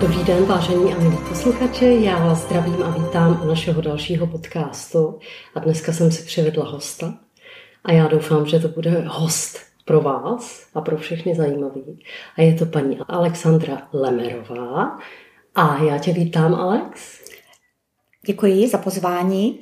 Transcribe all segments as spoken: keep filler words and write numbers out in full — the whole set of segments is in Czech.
Dobrý den, vážení a milí posluchači, já vás zdravím a vítám u našeho dalšího podcastu. A dneska jsem si přivedla hosta a já doufám, že to bude host pro vás a pro všechny zajímavý. A je to paní Alexandra Lemerová. A já tě vítám, Alex. Děkuji za pozvání.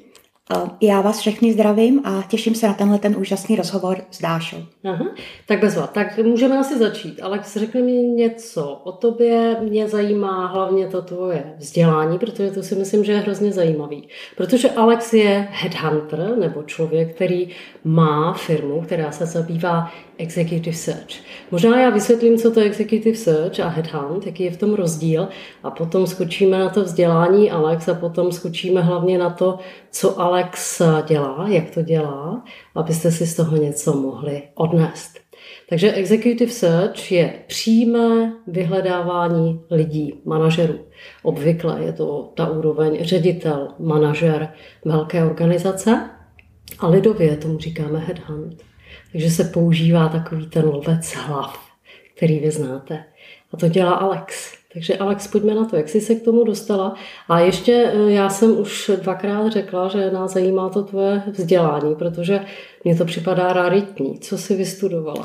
Já vás všechny zdravím a těším se na tenhle ten úžasný rozhovor s Dášou. Aha, tak bezva. Tak můžeme asi začít. Alex, řekni mi něco o tobě. Mě zajímá hlavně to tvoje vzdělání, protože to si myslím, že je hrozně zajímavý. Protože Alex je headhunter, nebo člověk, který má firmu, která se zabývá executive search. Možná já vysvětlím, co to je executive search a headhunt, jaký je v tom rozdíl, a potom skočíme na to vzdělání Alex a potom skočíme hlavně na to, co Alex dělá, jak to dělá, abyste si z toho něco mohli odnést. Takže executive search je přímé vyhledávání lidí, manažerů. Obvykle je to ta úroveň ředitel, manažer velké organizace a lidově tomu říkáme headhunt. Takže se používá takový ten lovec hlav, který vy znáte. A to dělá Alex. Takže Alex, pojďme na to, jak jsi se k tomu dostala. A ještě já jsem už dvakrát řekla, že nás zajímá to tvoje vzdělání, protože mně to připadá raritní. Co jsi vystudovala?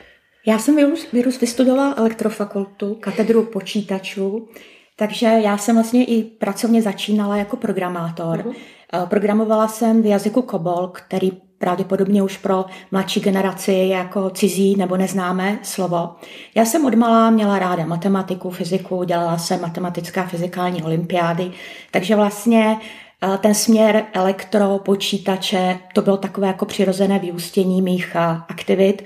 Já jsem vyrůst vystudovala elektrofakultu, katedru počítačů, takže já jsem vlastně i pracovně začínala jako programátor. Uh-huh. Programovala jsem v jazyku COBOL, který pravděpodobně už pro mladší generaci je jako cizí nebo neznámé slovo. Já jsem odmala měla ráda matematiku, fyziku, dělala jsem matematické a fyzikální olympiády, takže vlastně ten směr elektro, počítače, to bylo takové jako přirozené vyústění mých aktivit,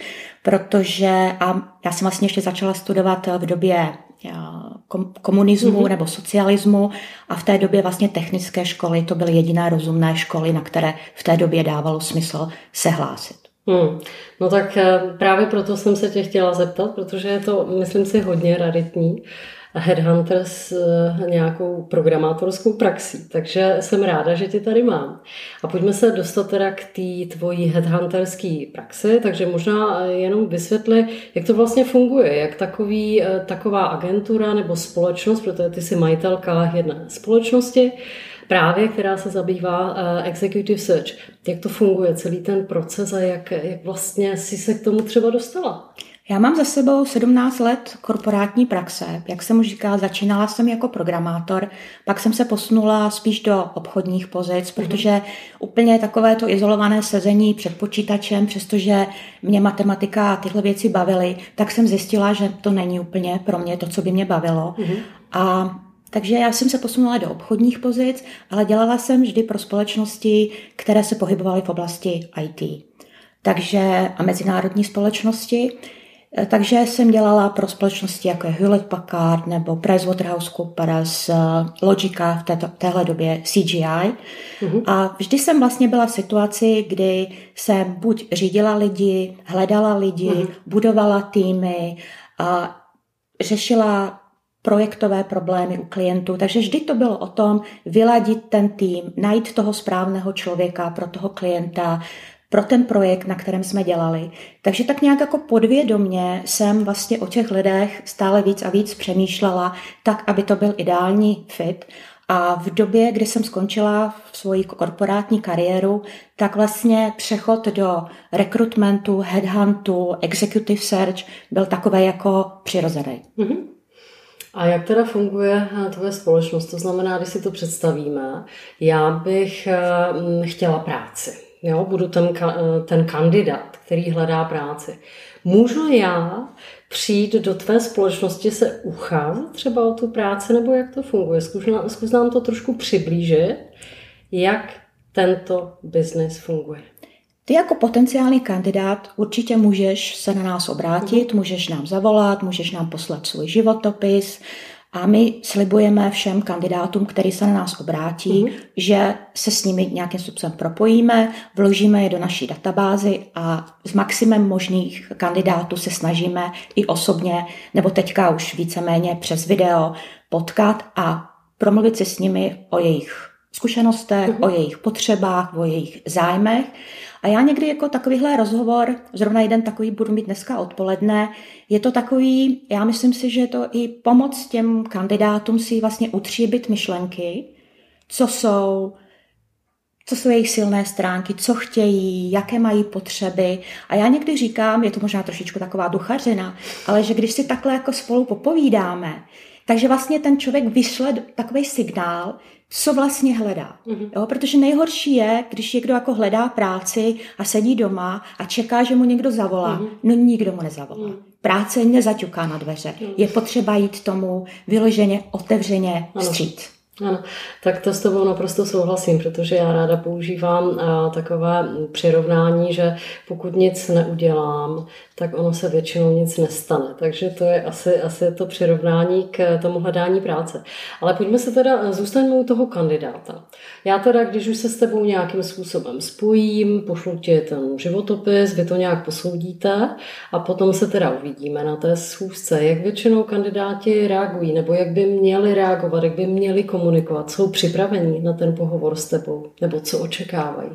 protože a já jsem vlastně ještě začala studovat v době komunismu mm-hmm. nebo socialismu a v té době vlastně technické školy, to byly jediné rozumné školy, na které v té době dávalo smysl se hlásit. Hmm. No tak právě proto jsem se tě chtěla zeptat, protože je to, myslím si, hodně raritní headhunter s nějakou programátorskou praxí, takže jsem ráda, že tě tady mám. A pojďme se dostat teda k té tvojí headhunterské praxi, takže možná jenom vysvětli, jak to vlastně funguje, jak takový, taková agentura nebo společnost, protože ty jsi majitelka jedné společnosti, právě, která se zabývá executive search. Jak to funguje, celý ten proces a jak, jak vlastně jsi se k tomu třeba dostala? Já mám za sebou sedmnáct let korporátní praxe. Jak jsem už říkala, začínala jsem jako programátor, pak jsem se posunula spíš do obchodních pozic, protože úplně takové to izolované sezení před počítačem, přestože mě matematika a tyhle věci bavily, tak jsem zjistila, že to není úplně pro mě to, co by mě bavilo. Mm-hmm. A takže já jsem se posunula do obchodních pozic, ale dělala jsem vždy pro společnosti, které se pohybovaly v oblasti í té. Takže a mezinárodní společnosti. Takže jsem dělala pro společnosti jako je Hewlett Packard nebo PricewaterhouseCoopers, Logica, v této, téhle době C G I. Mm-hmm. A vždy jsem vlastně byla v situaci, kdy jsem buď řídila lidi, hledala lidi, mm-hmm. budovala týmy, a řešila projektové problémy u klientů. Takže vždy to bylo o tom vyladit ten tým, najít toho správného člověka pro toho klienta, pro ten projekt, na kterém jsme dělali. Takže tak nějak jako podvědomě jsem vlastně o těch lidech stále víc a víc přemýšlela, tak, aby to byl ideální fit. A v době, kdy jsem skončila v svoji korporátní kariéru, tak vlastně přechod do rekrutmentu, headhuntu, executive search byl takový jako přirozený. Mm-hmm. A jak teda funguje tvoje společnost? To znamená, když si to představíme, já bych chtěla práci. Jo, budu ten, ten kandidát, který hledá práci. Můžu já přijít do tvé společnosti se ucházet třeba o tu práci, nebo jak to funguje? Zkus nám, zkus nám to trošku přiblížit, jak tento biznis funguje. Ty jako potenciální kandidát určitě můžeš se na nás obrátit, mm. můžeš nám zavolat, můžeš nám poslat svůj životopis, a my slibujeme všem kandidátům, který se na nás obrátí, mm. že se s nimi nějakým způsobem propojíme, vložíme je do naší databázy a s maximem možných kandidátů se snažíme i osobně, nebo teďka už víceméně přes video potkat a promluvit si s nimi o jejich zkušenostech, uh-huh. o jejich potřebách, o jejich zájmech. A já někdy jako takovýhle rozhovor, zrovna jeden takový budu mít dneska odpoledne, je to takový, já myslím si, že je to i pomoc těm kandidátům si vlastně utříbit myšlenky, co jsou, co jsou jejich silné stránky, co chtějí, jaké mají potřeby. A já někdy říkám, je to možná trošičku taková duchařina, ale že když si takhle jako spolu popovídáme, takže vlastně ten člověk vyšle takový signál, co vlastně hledá. Mm-hmm. Jo, protože nejhorší je, když někdo jako hledá práci a sedí doma a čeká, že mu někdo zavolá. Mm-hmm. No nikdo mu nezavolá. Mm. Práce nezaťuká na dveře. Mm. Je potřeba jít tomu vyloženě, otevřeně vstříc. Ano, tak to s tebou naprosto souhlasím, protože já ráda používám a, takové přirovnání, že pokud nic neudělám, tak ono se většinou nic nestane. Takže to je asi, asi to přirovnání k tomu hledání práce. Ale pojďme se teda, zůstaňme u toho kandidáta. Já teda, když už se s tebou nějakým způsobem spojím, pošlu ti ten životopis, vy to nějak posoudíte a potom se teda uvidíme na té schůzce, jak většinou kandidáti reagují, nebo jak by měli reagovat, jak by měli komunikovat, jsou připraveni na ten pohovor s tebou, nebo co očekávají.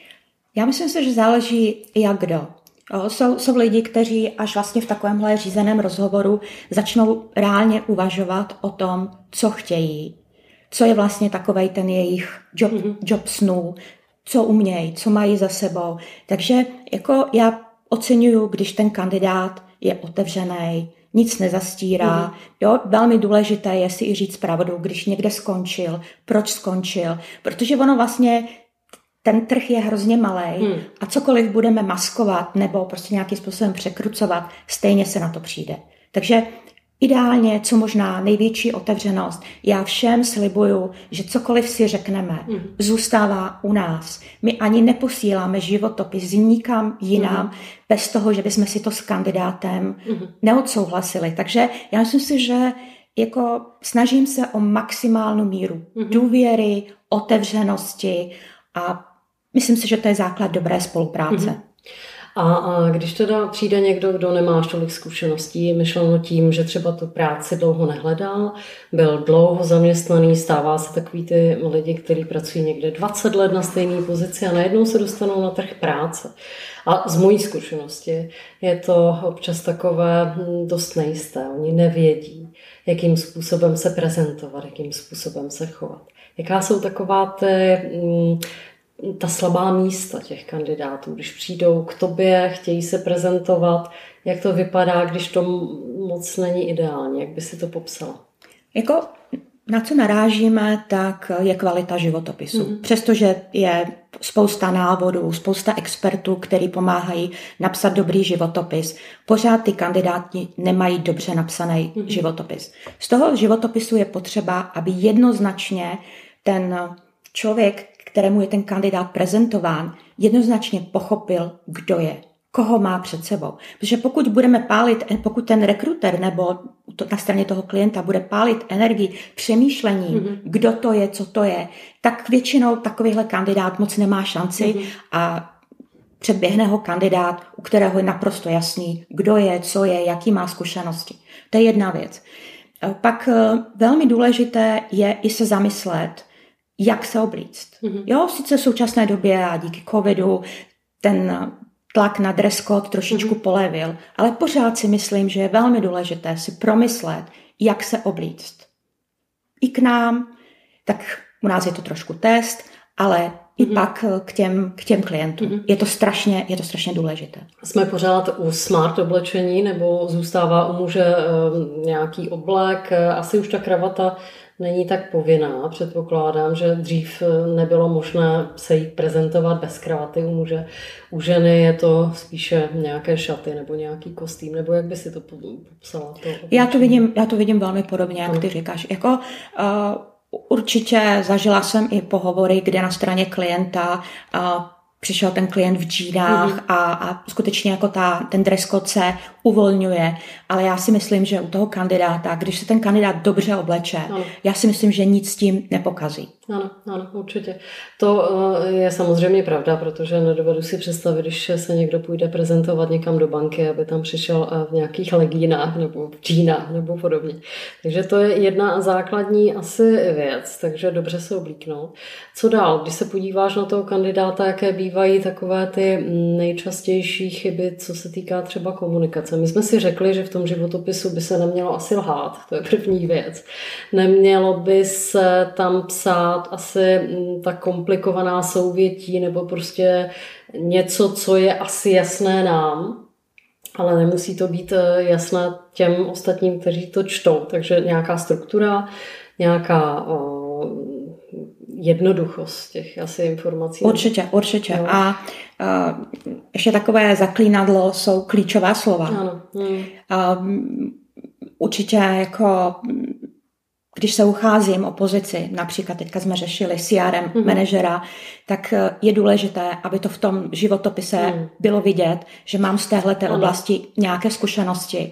Já myslím si, že záleží jak kdo. Jsou, jsou lidi, kteří až vlastně v takovémhle řízeném rozhovoru začnou reálně uvažovat o tom, co chtějí, co je vlastně takovej ten jejich job, mm-hmm. job snů, co umějí, co mají za sebou. Takže jako já oceňuju, když ten kandidát je otevřený, nic nezastírá. Mm. Jo, velmi důležité je si i říct pravdu, když někde skončil, proč skončil, protože ono vlastně ten trh je hrozně malej mm. a cokoliv budeme maskovat nebo prostě nějakým způsobem překrucovat, stejně se na to přijde. Takže ideálně, co možná největší otevřenost. Já všem slibuju, že cokoliv si řekneme, mm. zůstává u nás. My ani neposíláme životopis nikam jinam, mm. bez toho, že bychom si to s kandidátem mm. neodsouhlasili. Takže já myslím si, že jako snažím se o maximálnu míru mm. důvěry, otevřenosti a myslím si, že to je základ dobré spolupráce. Mm. A, a když teda přijde někdo, kdo nemá tolik zkušeností, myšleno tím, že třeba tu práci dlouho nehledal, byl dlouho zaměstnaný, stává se takový ty lidi, kteří pracují někde dvacet let na stejné pozici a najednou se dostanou na trh práce. A z mojí zkušenosti je to občas takové dost nejisté. Oni nevědí, jakým způsobem se prezentovat, jakým způsobem se chovat. Jaká jsou taková ty... ta slabá místa těch kandidátů, když přijdou k tobě, chtějí se prezentovat, jak to vypadá, když to moc není ideální, jak by si to popsala? Jako na co narážíme, tak je kvalita životopisu. Mm-hmm. Přestože je spousta návodů, spousta expertů, který pomáhají napsat dobrý životopis, pořád ty kandidáti nemají dobře napsaný mm-hmm. životopis. Z toho životopisu je potřeba, aby jednoznačně ten člověk, kterému je ten kandidát prezentován, jednoznačně pochopil, kdo je, koho má před sebou. Protože pokud budeme pálit, pokud ten rekruter nebo to, na straně toho klienta bude pálit energii přemýšlením, mm-hmm. kdo to je, co to je, tak většinou takovýhle kandidát moc nemá šanci mm-hmm. a předběhne ho kandidát, u kterého je naprosto jasný, kdo je, co je, jaký má zkušenosti. To je jedna věc. Pak velmi důležité je i se zamyslet, jak se oblíct. Mm-hmm. Jo, sice v současné době a díky covidu ten tlak na dress code trošičku mm-hmm. polevil, ale pořád si myslím, že je velmi důležité si promyslet, jak se oblíct. I k nám, tak u nás je to trošku test, ale mm-hmm. i pak k těm, k těm klientům. Mm-hmm. Je to strašně, je to strašně důležité. Jsme pořád u smart oblečení, nebo zůstává u muže e, nějaký oblek, asi už ta kravata není tak povinná. Předpokládám, že dřív nebylo možné se jí prezentovat bez kravaty u muže. U ženy je to spíše nějaké šaty nebo nějaký kostým, nebo jak by si to popsala? To já, to vidím, já to vidím velmi podobně, jak ty říkáš. Jako, uh, určitě zažila jsem i pohovory, kde na straně klienta uh, přišel ten klient v džínách mm-hmm. a, a skutečně jako ta, ten dress code se uvolňuje, ale já si myslím, že u toho kandidáta, když se ten kandidát dobře obleče, ano. já si myslím, že nic s tím nepokazí. Ano, ano, určitě. To je samozřejmě pravda, protože nedovedu si představit, když se někdo půjde prezentovat někam do banky, aby tam přišel v nějakých legínách nebo v džínách nebo podobně. Takže to je jedna základní asi věc, takže dobře se oblíknout. Co dál? Když se podíváš na toho kandidáta, jaké bývají takové ty nejčastější chyby, co se týká třeba komunikace. My jsme si řekli, že v tom životopisu by se nemělo asi lhát, to je první věc. Nemělo by se tam psát asi tak komplikovaná souvětí nebo prostě něco, co je asi jasné nám, ale nemusí to být jasné těm ostatním, kteří to čtou. Takže nějaká struktura, nějaká o, jednoduchost těch asi informací. Určitě, určitě. Jo. A uh, ještě takové zaklínadlo jsou klíčová slova. Ano. Hmm. Uh, určitě jako když se ucházím o pozici, například teďka jsme řešili C R M mm-hmm. manažera, tak je důležité, aby to v tom životopise mm. bylo vidět, že mám z téhleté oblasti nějaké zkušenosti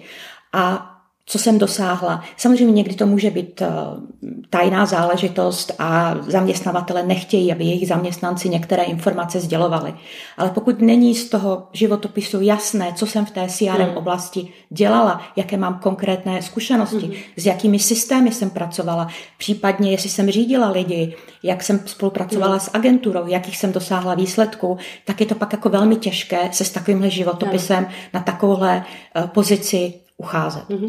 a co jsem dosáhla. Samozřejmě někdy to může být tajná záležitost a zaměstnavatele nechtějí, aby jejich zaměstnanci některé informace sdělovali. Ale pokud není z toho životopisu jasné, co jsem v té C R M hmm. oblasti dělala, jaké mám konkrétné zkušenosti, hmm. s jakými systémy jsem pracovala, případně jestli jsem řídila lidi, jak jsem spolupracovala hmm. s agenturou, jakých jsem dosáhla výsledků, tak je to pak jako velmi těžké se s takovýmhle životopisem hmm. na takovouhle pozici ucházet. Mm-hmm.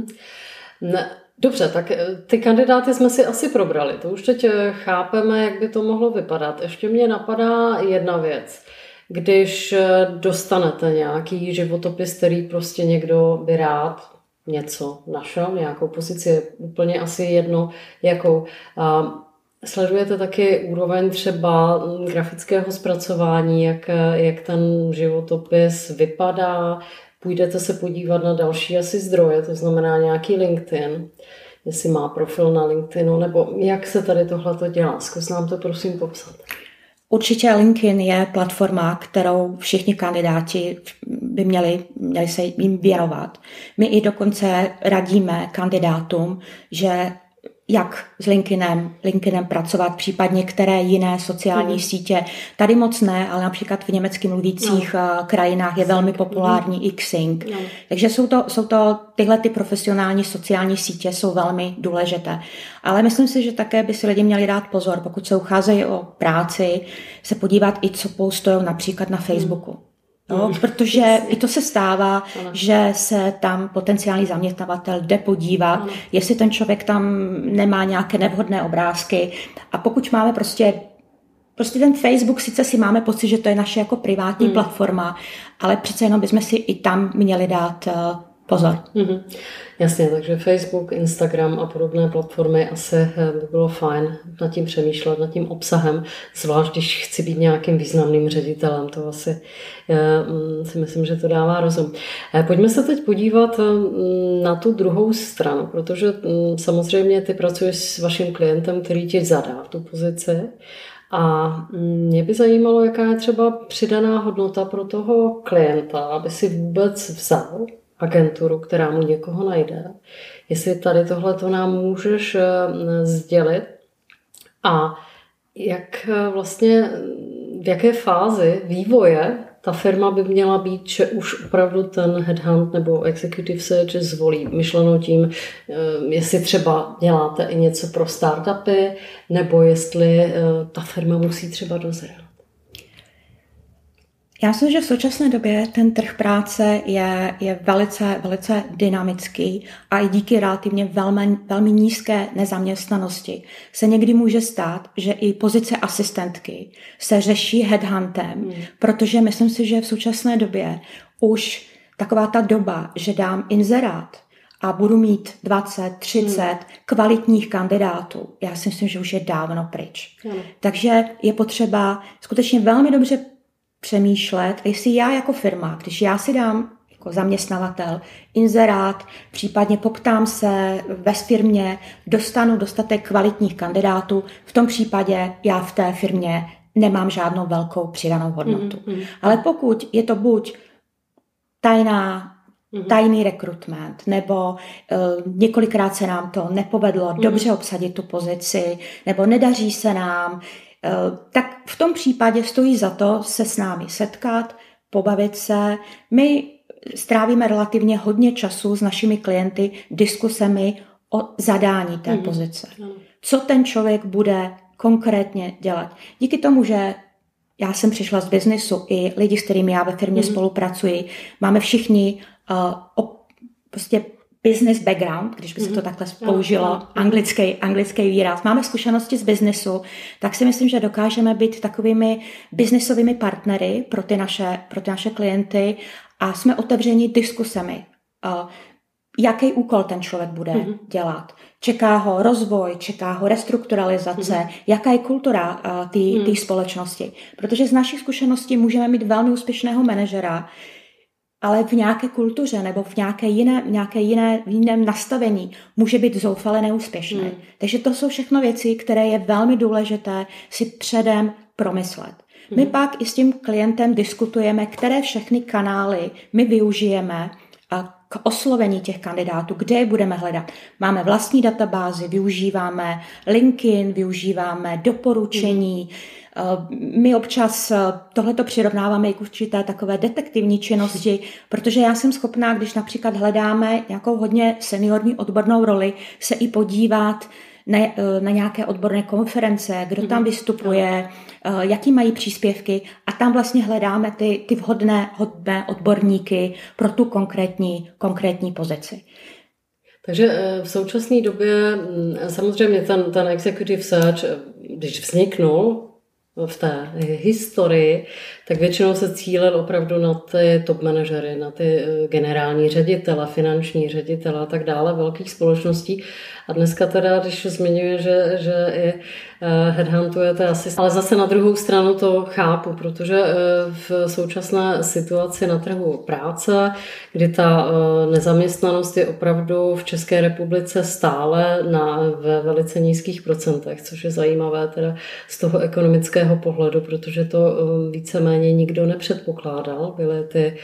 Ne, dobře, tak ty kandidáty jsme si asi probrali. To už teď chápeme, jak by to mohlo vypadat. Ještě mě napadá jedna věc. Když dostanete nějaký životopis, který prostě někdo by rád něco našel, nějakou pozici, je úplně asi jedno, jakou. A sledujete taky úroveň třeba grafického zpracování, jak, jak ten životopis vypadá. Půjdete se podívat na další asi zdroje, to znamená nějaký LinkedIn, jestli má profil na LinkedInu, nebo jak se tady tohle dělá. Zkus nám to prosím popsat. Určitě LinkedIn je platforma, kterou všichni kandidáti by měli, měli se jim věnovat. My i dokonce radíme kandidátům, že jak s LinkedInem, LinkedInem pracovat, případně které jiné sociální mm. sítě. Tady moc ne, ale například v německy mluvících no. krajinách je velmi populární mm. Xing. No. Takže jsou to, jsou to tyhle ty profesionální sociální sítě jsou velmi důležité. Ale myslím si, že také by si lidi měli dát pozor, pokud se ucházejí o práci, se podívat i, co postují například na Facebooku. Mm. No, protože i to se stává, ano. že se tam potenciální zaměstnavatel jde podívat, ano. jestli ten člověk tam nemá nějaké nevhodné obrázky. A pokud máme prostě, prostě ten Facebook, sice si máme pocit, že to je naše jako privátní hmm. platforma, ale přece jenom bychom si i tam měli dát pozor. Mm-hmm. Jasně, takže Facebook, Instagram a podobné platformy asi by bylo fajn nad tím přemýšlet, nad tím obsahem, zvlášť když chci být nějakým významným ředitelem, to asi si myslím, že to dává rozum. Pojďme se teď podívat na tu druhou stranu, protože samozřejmě ty pracuješ s vaším klientem, který ti zadá tu pozici. A mě by zajímalo, jaká je třeba přidaná hodnota pro toho klienta, aby si vůbec vzal agenturu, která mu někoho najde. Jestli tady tohle to nám můžeš sdělit a jak vlastně, v jaké fázi vývoje ta firma by měla být, že už opravdu ten headhunt nebo executive search zvolí. Myšleno tím, jestli třeba děláte i něco pro startupy, nebo jestli ta firma musí třeba dozrát. Já myslím, že v současné době ten trh práce je, je velice, velice dynamický a i díky relativně velmi, velmi nízké nezaměstnanosti se někdy může stát, že i pozice asistentky se řeší headhuntem, hmm. protože myslím si, že v současné době už taková ta doba, že dám inzerát a budu mít dvacet, třicet hmm. kvalitních kandidátů, já si myslím, že už je dávno pryč. Hmm. Takže je potřeba skutečně velmi dobře přemýšlet, jestli já jako firma, když já si dám jako zaměstnavatel inzerát, případně poptám se ve firmě, dostanu dostatek kvalitních kandidátů, v tom případě já v té firmě nemám žádnou velkou přidanou hodnotu. Mm, mm. Ale pokud je to buď tajná tajný rekrutment, nebo uh, několikrát se nám to nepovedlo mm. dobře obsadit tu pozici, nebo nedaří se nám, uh, tak v tom případě stojí za to se s námi setkat, pobavit se. My strávíme relativně hodně času s našimi klienty diskusemi o zadání té mm. pozice. Mm. Co ten člověk bude konkrétně dělat. Díky tomu, že já jsem přišla z biznesu, i lidi, s kterými já ve firmě mm. spolupracuji, máme všichni uh, op, prostě business background, když by se to takhle použilo, anglický, anglický výraz. Máme zkušenosti z biznesu, tak si myslím, že dokážeme být takovými biznesovými partnery pro ty naše, pro ty naše klienty a jsme otevřeni diskusemi. Uh, jaký úkol ten člověk bude mm-hmm. dělat. Čeká ho rozvoj, čeká ho restrukturalizace, mm-hmm. jaká je kultura uh, té mm. společnosti. Protože z našich zkušeností můžeme mít velmi úspěšného manažera, ale v nějaké kultuře nebo v nějaké jiné, nějaké jiné, v jiném nastavení může být zoufale neúspěšný. Mm. Takže to jsou všechno věci, které je velmi důležité si předem promyslet. Mm. My pak i s tím klientem diskutujeme, které všechny kanály my využijeme a k oslovení těch kandidátů, kde je budeme hledat. Máme vlastní databázy, využíváme LinkedIn, využíváme doporučení. My občas tohleto přirovnáváme k určité takové detektivní činnosti, protože já jsem schopná, když například hledáme nějakou hodně seniorní odbornou roli, se i podívat na, na nějaké odborné konference, kdo tam vystupuje, jaký mají příspěvky a tam vlastně hledáme ty, ty vhodné, vhodné odborníky pro tu konkrétní, konkrétní pozici. Takže v současné době samozřejmě ten, ten executive search, když vzniknul v té historii, tak většinou se cílil opravdu na ty top manažery, na ty generální ředitele, finanční ředitele a tak dále velkých společností. A dneska teda, když zmiňuje, že, že i headhuntujete asi, ale zase na druhou stranu to chápu, protože v současné situaci na trhu práce, kdy ta nezaměstnanost je opravdu v České republice stále na, ve velice nízkých procentech, což je zajímavé teda z toho ekonomického pohledu, protože to víceméně nikdo nepředpokládal. Byly ty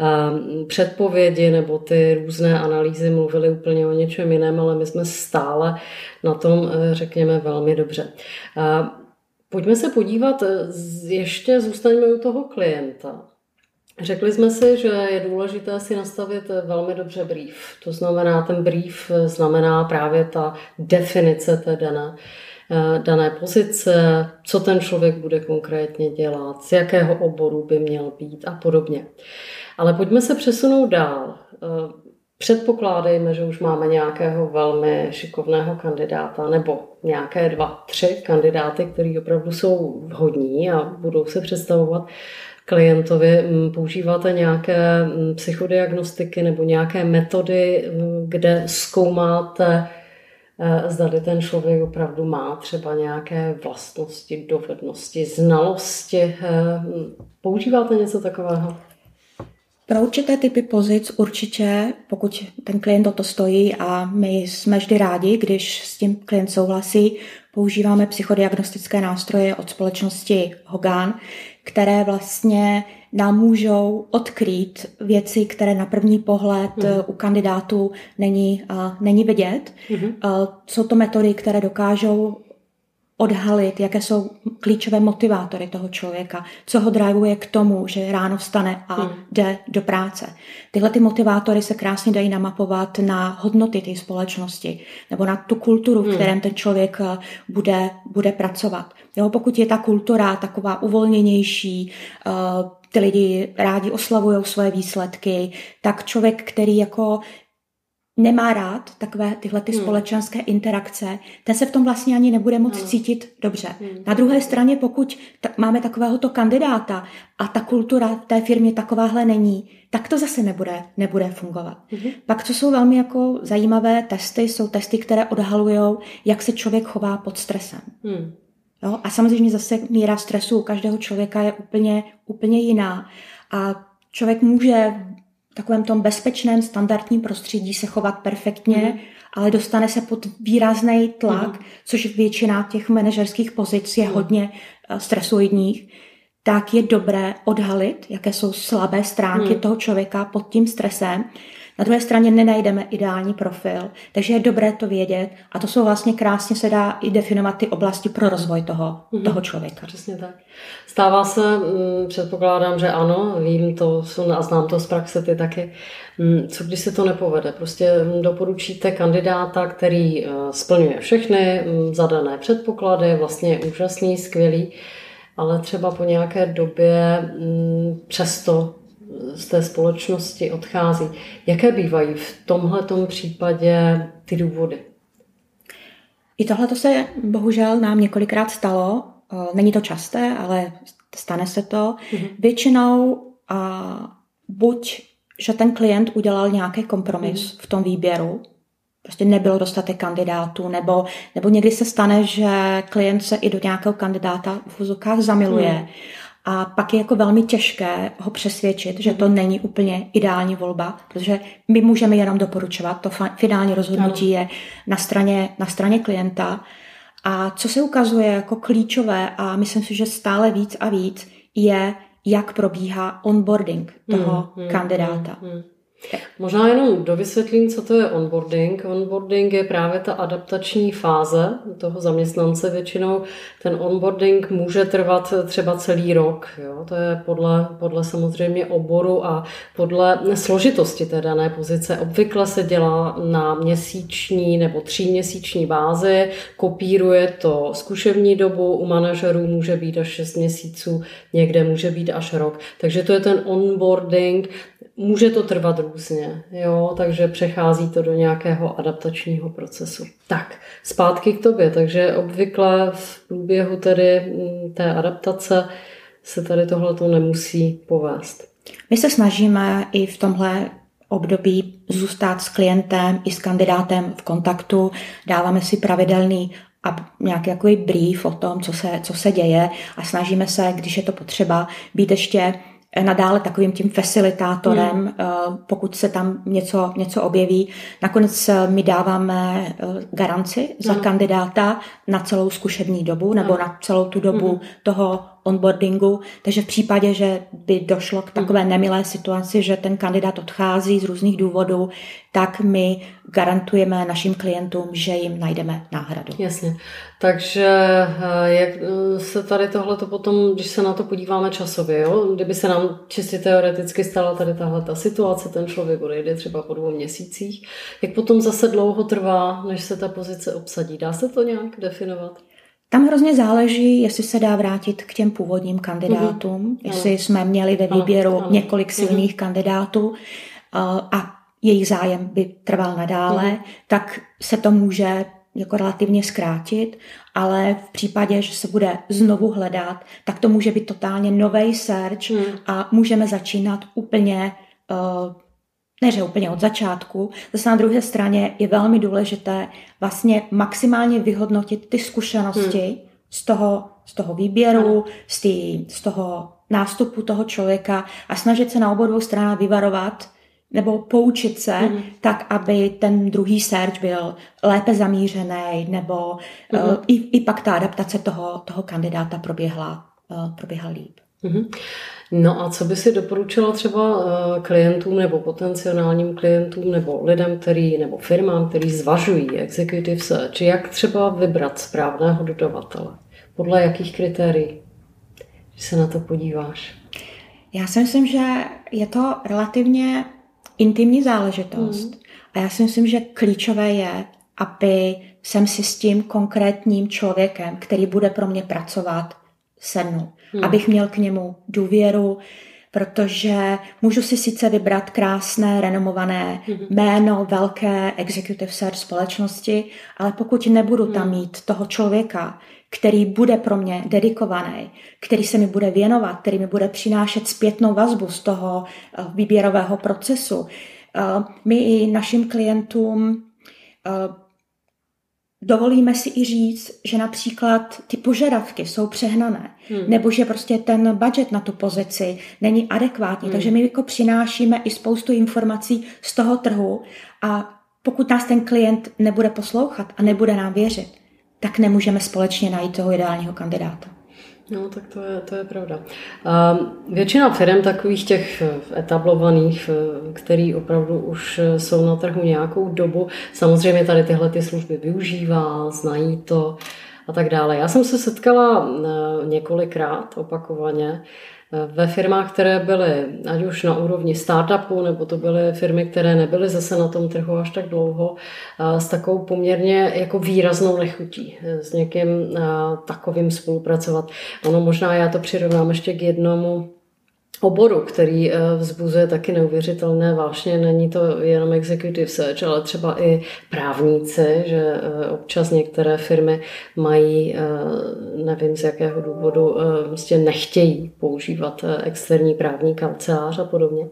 předpovědi nebo ty různé analýzy mluvily úplně o něčem jiném, ale my jsme stále na tom, řekněme, velmi dobře. Pojďme se podívat, ještě zůstaňme u toho klienta. Řekli jsme si, že je důležité si nastavit velmi dobře brief. To znamená, ten brief znamená právě ta definice té dané, dané pozice, co ten člověk bude konkrétně dělat, z jakého oboru by měl být a podobně. Ale pojďme se přesunout dál. Předpokládejme, že už máme nějakého velmi šikovného kandidáta nebo nějaké dva, tři kandidáty, kteří opravdu jsou vhodní a budou se představovat klientovi. Používáte nějaké psychodiagnostiky nebo nějaké metody, kde zkoumáte, zdali ten člověk opravdu má třeba nějaké vlastnosti, dovednosti, znalosti. Používáte něco takového? Pro určité typy pozic určitě, pokud ten klient o to stojí a my jsme vždy rádi, když s tím klient souhlasí, používáme psychodiagnostické nástroje od společnosti Hogan, které vlastně nám můžou odkrýt věci, které na první pohled mm. u kandidátů není, uh, není vidět. Mm. Uh, jsou to metody, které dokážou odhalit, jaké jsou klíčové motivátory toho člověka, co ho drivuje k tomu, že ráno vstane a hmm. jde do práce. Tyhle ty motivátory se krásně dají namapovat na hodnoty té společnosti nebo na tu kulturu, v kterém ten člověk bude, bude pracovat. Jo, pokud je ta kultura taková uvolněnější, uh, ty lidi rádi oslavují svoje výsledky, tak člověk, který jako nemá rád takové tyhle ty hmm. společenské interakce, ten se v tom vlastně ani nebude moc hmm. cítit dobře. Hmm. Na druhé straně, pokud t- máme takovéhoto kandidáta a ta kultura v té firmě takováhle není, tak to zase nebude, nebude fungovat. Hmm. Pak, co jsou velmi jako zajímavé testy, jsou testy, které odhalujou, jak se člověk chová pod stresem. Hmm. Jo? A samozřejmě zase míra stresu u každého člověka je úplně, úplně jiná. A člověk může v takovém tom bezpečném standardním prostředí se chovat perfektně, mm. ale dostane se pod výrazný tlak, mm. což většina těch manažerských pozic je mm. hodně stresoidních, tak je dobré odhalit, jaké jsou slabé stránky hmm. toho člověka pod tím stresem. Na druhé straně nenajdeme ideální profil, takže je dobré to vědět a to jsou vlastně krásně se dá i definovat ty oblasti pro rozvoj toho, mm-hmm. toho člověka. Přesně tak. Stává se, předpokládám, že ano, vím to a znám to z praxe ty taky, co když se to nepovede. Prostě doporučíte kandidáta, který splňuje všechny zadané předpoklady, vlastně je úžasný, skvělý, ale třeba po nějaké době přesto z té společnosti odchází. Jaké bývají v tomhletom případě ty důvody? I tohle to se bohužel nám několikrát stalo. Není to časté, ale stane se to. Mm-hmm. Většinou a, buď, že ten klient udělal nějaký kompromis mm-hmm. v tom výběru, prostě nebylo dostatek kandidátů, nebo, nebo někdy se stane, že klient se i do nějakého kandidáta v vozovkách zamiluje. Mm. A pak je jako velmi těžké ho přesvědčit, že to není úplně ideální volba, protože my můžeme jenom doporučovat, to finální rozhodnutí je na straně, na straně klienta. A co se ukazuje jako klíčové, a myslím si, že stále víc a víc, je, jak probíhá onboarding toho hmm, kandidáta. Hmm, hmm. Možná jenom dovysvětlím, co to je onboarding. Onboarding je právě ta adaptační fáze toho zaměstnance. Většinou ten onboarding může trvat třeba celý rok. Jo? To je podle, podle samozřejmě oboru a podle složitosti té dané pozice. Obvykle se dělá na měsíční nebo tříměsíční bázi, kopíruje to zkušební dobu, u manažerů může být až šest měsíců, někde může být až rok. Takže to je ten onboarding. Může to trvat různě, jo, takže přechází to do nějakého adaptačního procesu. Tak, zpátky k tobě, takže obvykle v průběhu tedy té adaptace se tady tohleto nemusí povést. My se snažíme i v tomhle období zůstat s klientem i s kandidátem v kontaktu, dáváme si pravidelný a nějaký jako brief o tom, co se, co se děje a snažíme se, když je to potřeba, být ještě nadále takovým tím facilitátorem, hmm. pokud se tam něco, něco objeví. Nakonec my dáváme garanci za hmm. kandidáta na celou zkušební dobu nebo hmm. na celou tu dobu hmm. toho onboardingu, takže v případě, že by došlo k takové nemilé situaci, že ten kandidát odchází z různých důvodů, tak my garantujeme našim klientům, že jim najdeme náhradu. Jasně. Takže jak se tady tohleto potom, když se na to podíváme časově, jo? Kdyby se nám čistě teoreticky stala tady tahle ta situace, ten člověk odejde třeba po dvou měsících, jak potom zase dlouho trvá, než se ta pozice obsadí? Dá se to nějak definovat? Tam hrozně záleží, jestli se dá vrátit k těm původním kandidátům, mm-hmm. jestli ano. jsme měli ve výběru ano, ano. několik silných mm-hmm. kandidátů a jejich zájem by trval nadále, mm-hmm. tak se to může jako relativně zkrátit, ale v případě, že se bude znovu hledat, tak to může být totálně nový search mm. a můžeme začínat úplně uh, neže úplně od začátku. Zase na druhé straně je velmi důležité vlastně maximálně vyhodnotit ty zkušenosti hmm. z toho, z toho výběru, z, tý, z toho nástupu toho člověka a snažit se na obou dvou stranách vyvarovat nebo poučit se hmm. tak, aby ten druhý search byl lépe zamířený nebo hmm. uh, i, i pak ta adaptace toho, toho kandidáta proběhla, uh, proběhla líp. Hmm. No a co by si doporučila třeba klientům nebo potenciálním klientům nebo lidem, který, nebo firmám, který zvažují executive search, jak třeba vybrat správného dodavatele? Podle jakých kritérií, když se na to podíváš? Já si myslím, že je to relativně intimní záležitost. Hmm. A já si myslím, že klíčové je, aby jsem si s tím konkrétním člověkem, který bude pro mě pracovat, sednul. Hmm. Abych měl k němu důvěru, protože můžu si sice vybrat krásné, renomované hmm. jméno velké executive search společnosti, ale pokud nebudu tam mít toho člověka, který bude pro mě dedikovaný, který se mi bude věnovat, který mi bude přinášet zpětnou vazbu z toho výběrového procesu, my i našim klientům dovolíme si i říct, že například ty požadavky jsou přehnané, hmm. nebo že prostě ten budget na tu pozici není adekvátní, hmm. takže my jako přinášíme i spoustu informací z toho trhu a pokud nás ten klient nebude poslouchat a nebude nám věřit, tak nemůžeme společně najít toho ideálního kandidáta. No, tak to je, to je pravda. A většina firm takových těch etablovaných, který opravdu už jsou na trhu nějakou dobu, samozřejmě tady tyhle ty služby využívá, znají to a tak dále. Já jsem se setkala několikrát opakovaně ve firmách, které byly ať už na úrovni startupu, nebo to byly firmy, které nebyly zase na tom trhu až tak dlouho, s takovou poměrně jako výraznou nechutí s někým takovým spolupracovat. Ono možná, já to přirovnám ještě k jednomu oboru, který vzbuzuje taky neuvěřitelné vášně. Není to jenom executive search, ale třeba i právníci, že občas některé firmy mají, nevím z jakého důvodu, prostě nechtějí používat externí právní kancelář a podobně.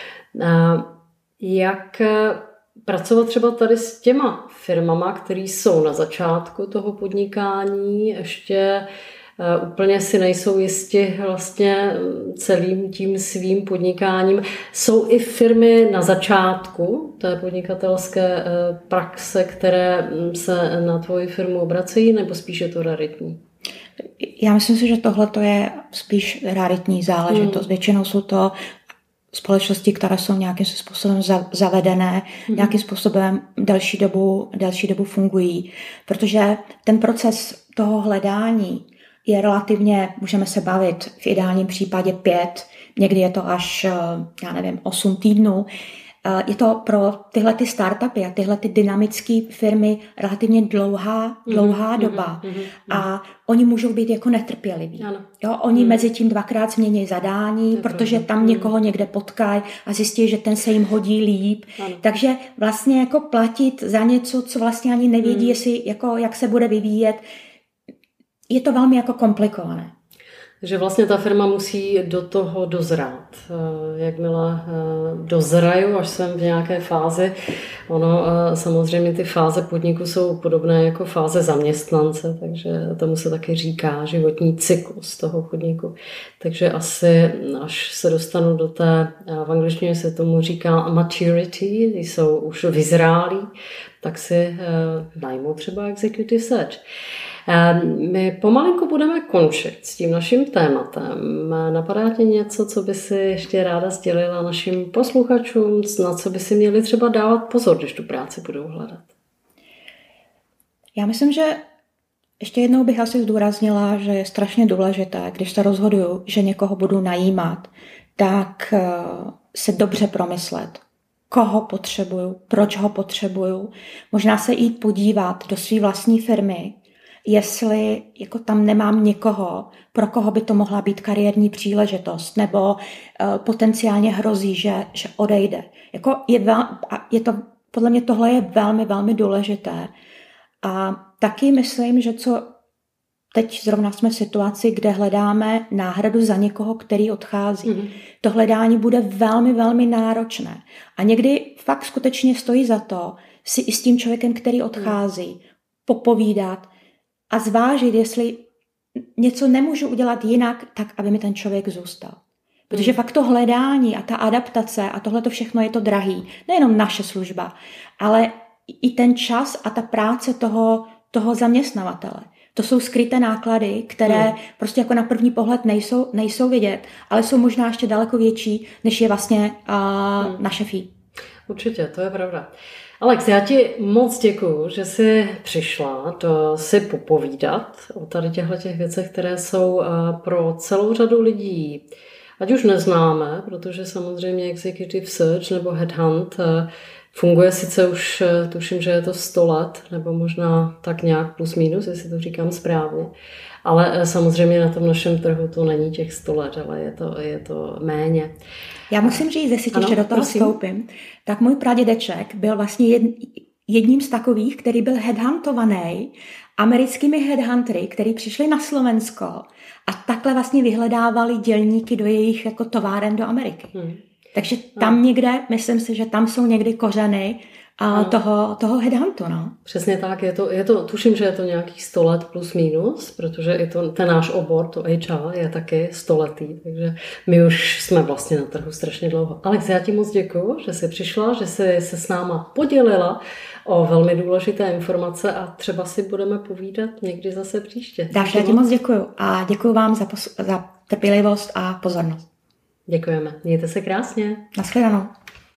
Jak pracovat třeba tady s těma firmama, které jsou na začátku toho podnikání, ještě úplně si nejsou jisti vlastně celým tím svým podnikáním. Jsou i firmy na začátku té podnikatelské praxe, které se na tvoji firmu obracejí, nebo spíš je to raritní? Já myslím si, že tohle je spíš raritní záležitost. Hmm. Většinou jsou to společnosti, které jsou nějakým způsobem zavedené, hmm. nějakým způsobem delší dobu, delší dobu fungují. Protože ten proces toho hledání je relativně, můžeme se bavit v ideálním případě pět, někdy je to až, já nevím, osm týdnů. Je to pro tyhle ty startupy a tyhle ty dynamické firmy relativně dlouhá, dlouhá mm-hmm, doba. Mm-hmm, a oni můžou být jako netrpěliví. Ano. Jo, oni mm. mezi tím dvakrát změní zadání, je protože tam mm. někoho někde potkají a zjistí, že ten se jim hodí líp. Ano. Takže vlastně jako platit za něco, co vlastně ani nevědí, mm. jestli, jako, jak se bude vyvíjet, je to velmi jako komplikované. Takže vlastně ta firma musí do toho dozrát. Jakmile dozrají, až jsem v nějaké fázi, ono samozřejmě ty fáze podniku jsou podobné jako fáze zaměstnance, takže tomu se taky říká životní cyklus toho podniku. Takže asi, až se dostanu do té, v angličtině se tomu říká maturity, jsou už vyzrálí, tak si najmou třeba executive search. My pomalinku budeme končit s tím naším tématem. Napadá tě něco, co by si ještě ráda sdělila našim posluchačům, na co by si měli třeba dávat pozor, když tu práci budou hledat? Já myslím, že ještě jednou bych asi zdůraznila, že je strašně důležité, když se rozhoduju, že někoho budu najímat, tak se dobře promyslet, koho potřebuju, proč ho potřebuju. Možná se jít podívat do své vlastní firmy, jestli jako tam nemám někoho, pro koho by to mohla být kariérní příležitost, nebo uh, potenciálně hrozí, že, že odejde. Jako je, vel, je to, podle mě tohle je velmi, velmi důležité. A taky myslím, že co teď zrovna jsme v situaci, kde hledáme náhradu za někoho, který odchází. Mm-hmm. To hledání bude velmi, velmi náročné. A někdy fakt skutečně stojí za to si i s tím člověkem, který odchází, mm. popovídat, a zvážit, jestli něco nemůžu udělat jinak, tak aby mi ten člověk zůstal. Protože mm. fakt to hledání a ta adaptace a tohle to všechno je to drahý. Nejenom naše služba, ale i ten čas a ta práce toho, toho zaměstnavatele. To jsou skryté náklady, které mm. prostě jako na první pohled nejsou, nejsou vidět, ale jsou možná ještě daleko větší, než je vlastně uh, mm. naše fee. Určitě, to je pravda. Alex, já ti moc děkuju, že jsi přišla to si popovídat o tady těchto těch věcech, které jsou pro celou řadu lidí, ať už neznáme, protože samozřejmě executive search nebo headhunt funguje sice už, tuším, že je to sto let, nebo možná tak nějak plus minus, jestli to říkám správně, ale samozřejmě na tom našem trhu to není těch sto let, ale je to, je to méně. Já musím říct, jestli ještě do toho vstoupím, tak můj pradědeček byl vlastně jed, jedním z takových, který byl headhuntovaný americkými headhuntery, který přišli na Slovensko a takhle vlastně vyhledávali dělníky do jejich jako továren do Ameriky. Hmm. Takže tam no. někde, myslím si, že tam jsou někdy kořeny a toho, toho headhuntu. No. Přesně tak, je to, je to, tuším, že je to nějakých sto let plus minus, protože i to, ten náš obor, to H R, je taky stoletý, takže my už jsme vlastně na trhu strašně dlouho. Alex, já ti moc děkuju, že jsi přišla, že jsi se s náma podělila o velmi důležité informace a třeba si budeme povídat někdy zase příště. Dáša, já ti moc děkuju a děkuju vám za, pos- za trpělivost a pozornost. Děkujeme. Mějte se krásně. Naschledanou.